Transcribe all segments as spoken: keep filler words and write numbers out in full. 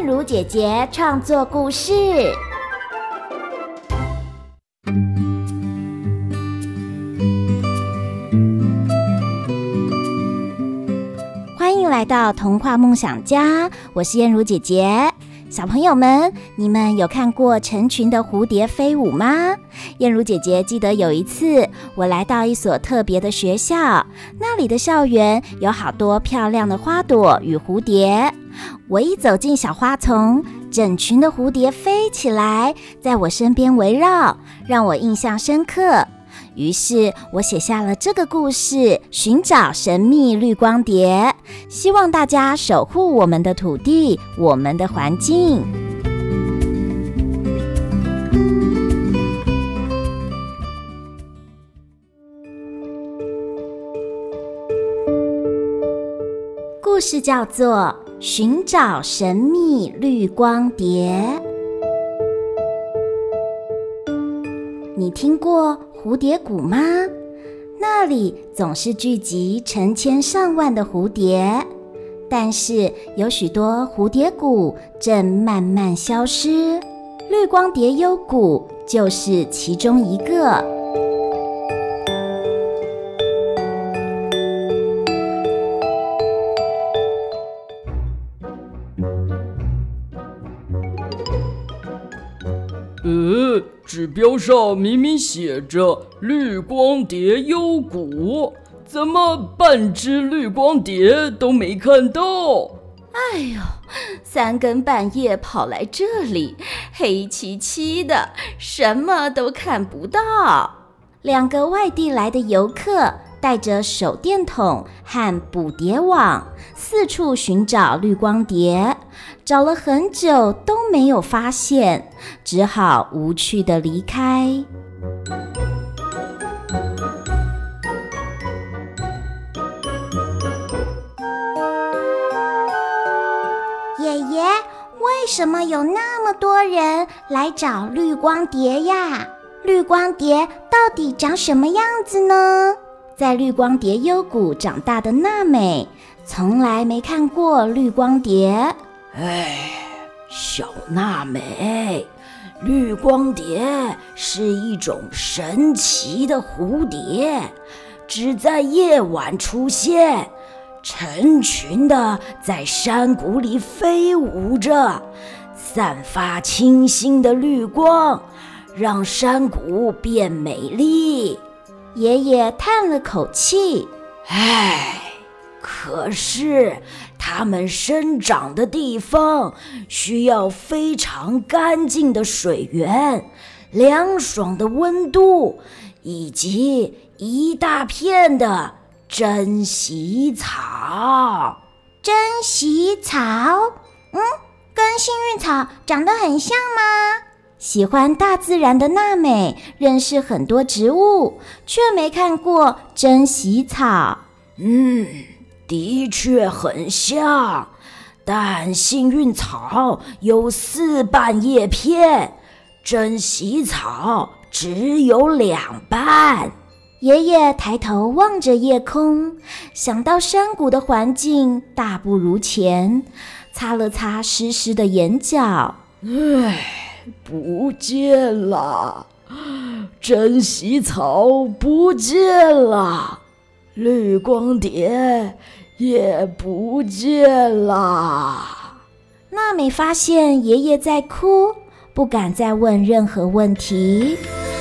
如姐姐创作故事。欢迎来到童话梦想家，我是燕如姐姐。小朋友们，你们有看过成群的蝴蝶飞舞吗？燕如姐姐记得有一次，我来到一所特别的学校，那里的校园有好多漂亮的花朵与蝴蝶。我一走进小花丛，整群的蝴蝶飞起来，在我身边围绕，让我印象深刻。于是我写下了这个故事，寻找神秘绿光蝶，希望大家守护我们的土地，我们的环境。故事叫做《寻找神秘绿光蝶》。你听过蝴蝶谷吗？那里总是聚集成千上万的蝴蝶，但是有许多蝴蝶谷正慢慢消失，绿光蝶幽谷就是其中一个。 呃，指标上明明写着绿光蝶幽谷，怎么半只绿光蝶都没看到？ 哎呦，三更半夜跑来这里，黑漆漆的，什么都看不到。两个外地来的游客带着手电筒和捕蝶网，四处寻找绿光蝶，找了很久都没有发现，只好无趣地离开。爷爷，为什么有那么多人来找绿光蝶呀？绿光蝶到底长什么样子呢？在绿光蝶幽谷长大的娜美，从来没看过绿光蝶。 哎，小娜美，绿光蝶是一种神奇的蝴蝶，只在夜晚出现，成群的在山谷里飞舞着，散发清新的绿光，让山谷变美丽。 爷爷叹了口气， 唉，可是它们生长的地方需要非常干净的水源、凉爽的温度，以及一大片的珍稀草。 珍稀草？嗯，跟幸运草长得很像吗？喜欢大自然的娜美认识很多植物，却没看过珍稀草。 嗯，的确很像，但幸运草有四瓣叶片，珍稀草只有两瓣。 爷爷抬头望着夜空，想到山谷的环境大不如前，擦了擦湿湿的眼角。 唉，不见了，珍稀草不见了，绿光蝶也不见了。 娜美发现爷爷在哭，不敢再问任何问题。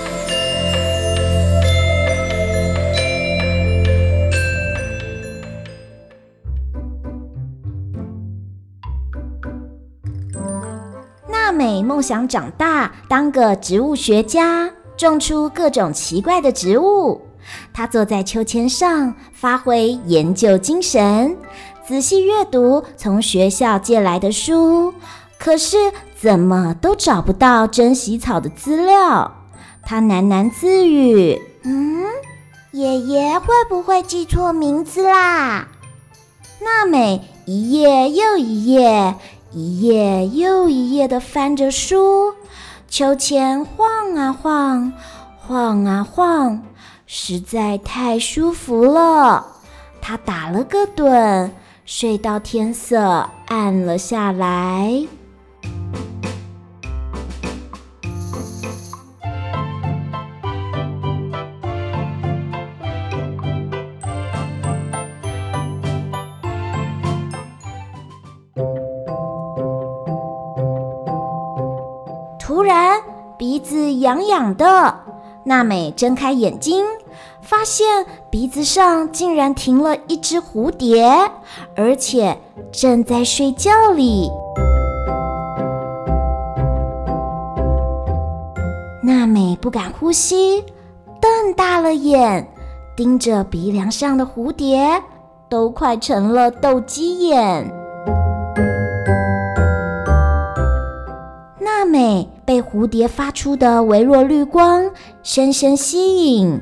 娜美梦想长大当个植物学家，种出各种奇怪的植物。她坐在秋千上，发挥研究精神，仔细阅读从学校借来的书，可是怎么都找不到珍稀草的资料。她喃喃自语：嗯，爷爷会不会记错名字啦？娜美一页又一页，一页又一页地翻着书，秋千晃啊晃，晃啊晃，实在太舒服了。她打了个盹，睡到天色暗了下来。 鼻子痒痒的。娜美睁开眼睛，发现鼻子上竟然停了一只蝴蝶，而且正在睡觉里。娜美不敢呼吸，瞪大了眼，盯着鼻梁上的蝴蝶，都快成了斗鸡眼。娜美被蝴蝶发出的微弱绿光深深吸引，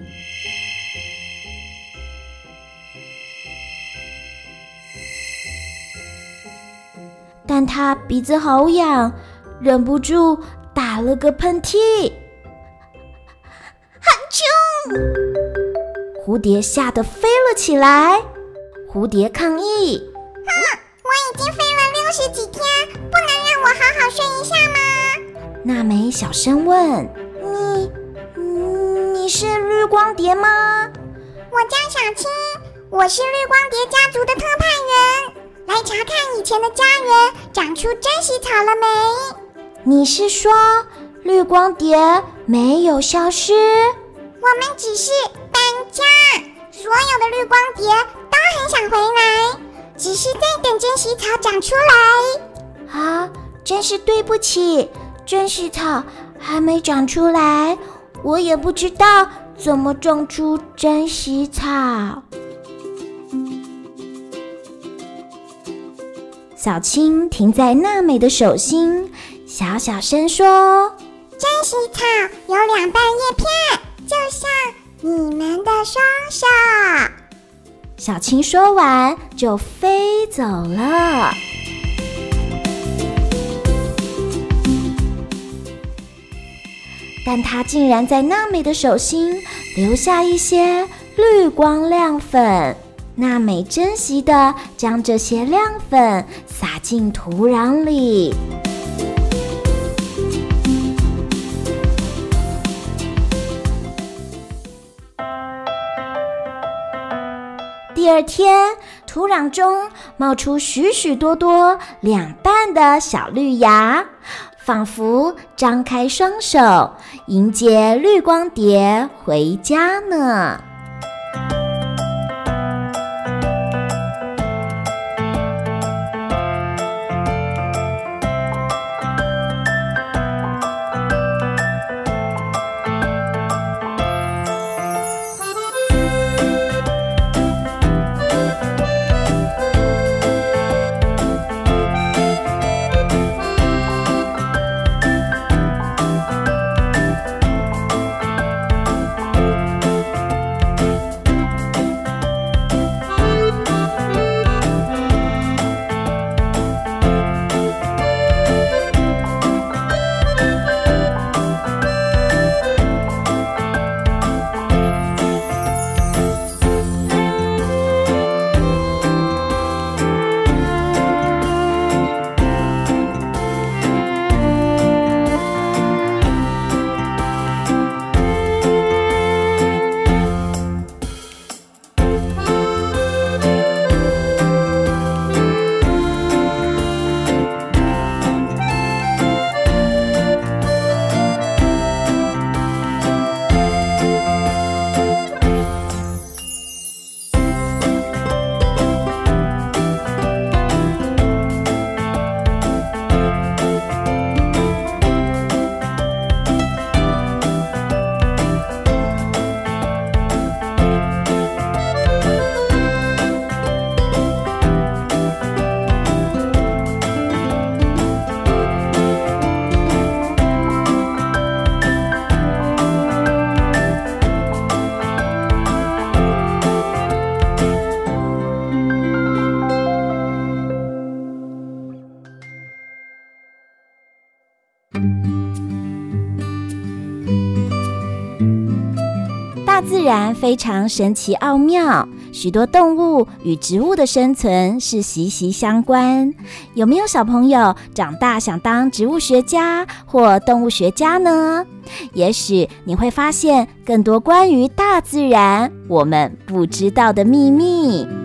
但她鼻子好痒，忍不住打了个喷嚏。哈啾！蝴蝶吓得飞了起来。蝴蝶抗议： 啊，我已经飞了六十几天，不能让我好好睡一下吗？ 娜美小声问：你你是绿光蝶吗？ 我叫小青，我是绿光蝶家族的特派员，来查看以前的家园长出珍稀草了没。 你是说绿光蝶没有消失？ 我们只是搬家，所有的绿光蝶都很想回来，只是在等珍稀草长出来。 啊，真是对不起，珍稀草还没长出来，我也不知道怎么种出珍稀草。小青停在娜美的手心，小小声说： 珍稀草有两瓣叶片，就像你们的双手。 小青说完就飞走了。但她竟然在娜美的手心留下一些绿光亮粉。娜美珍惜地将这些亮粉撒进土壤里。第二天，土壤中冒出许许多多两瓣的小绿芽，仿佛张开双手迎接绿光蝶回家呢。大自然非常神奇奥妙，许多动物与植物的生存是息息相关。有没有小朋友长大想当植物学家或动物学家呢？也许你会发现更多关于大自然我们不知道的秘密。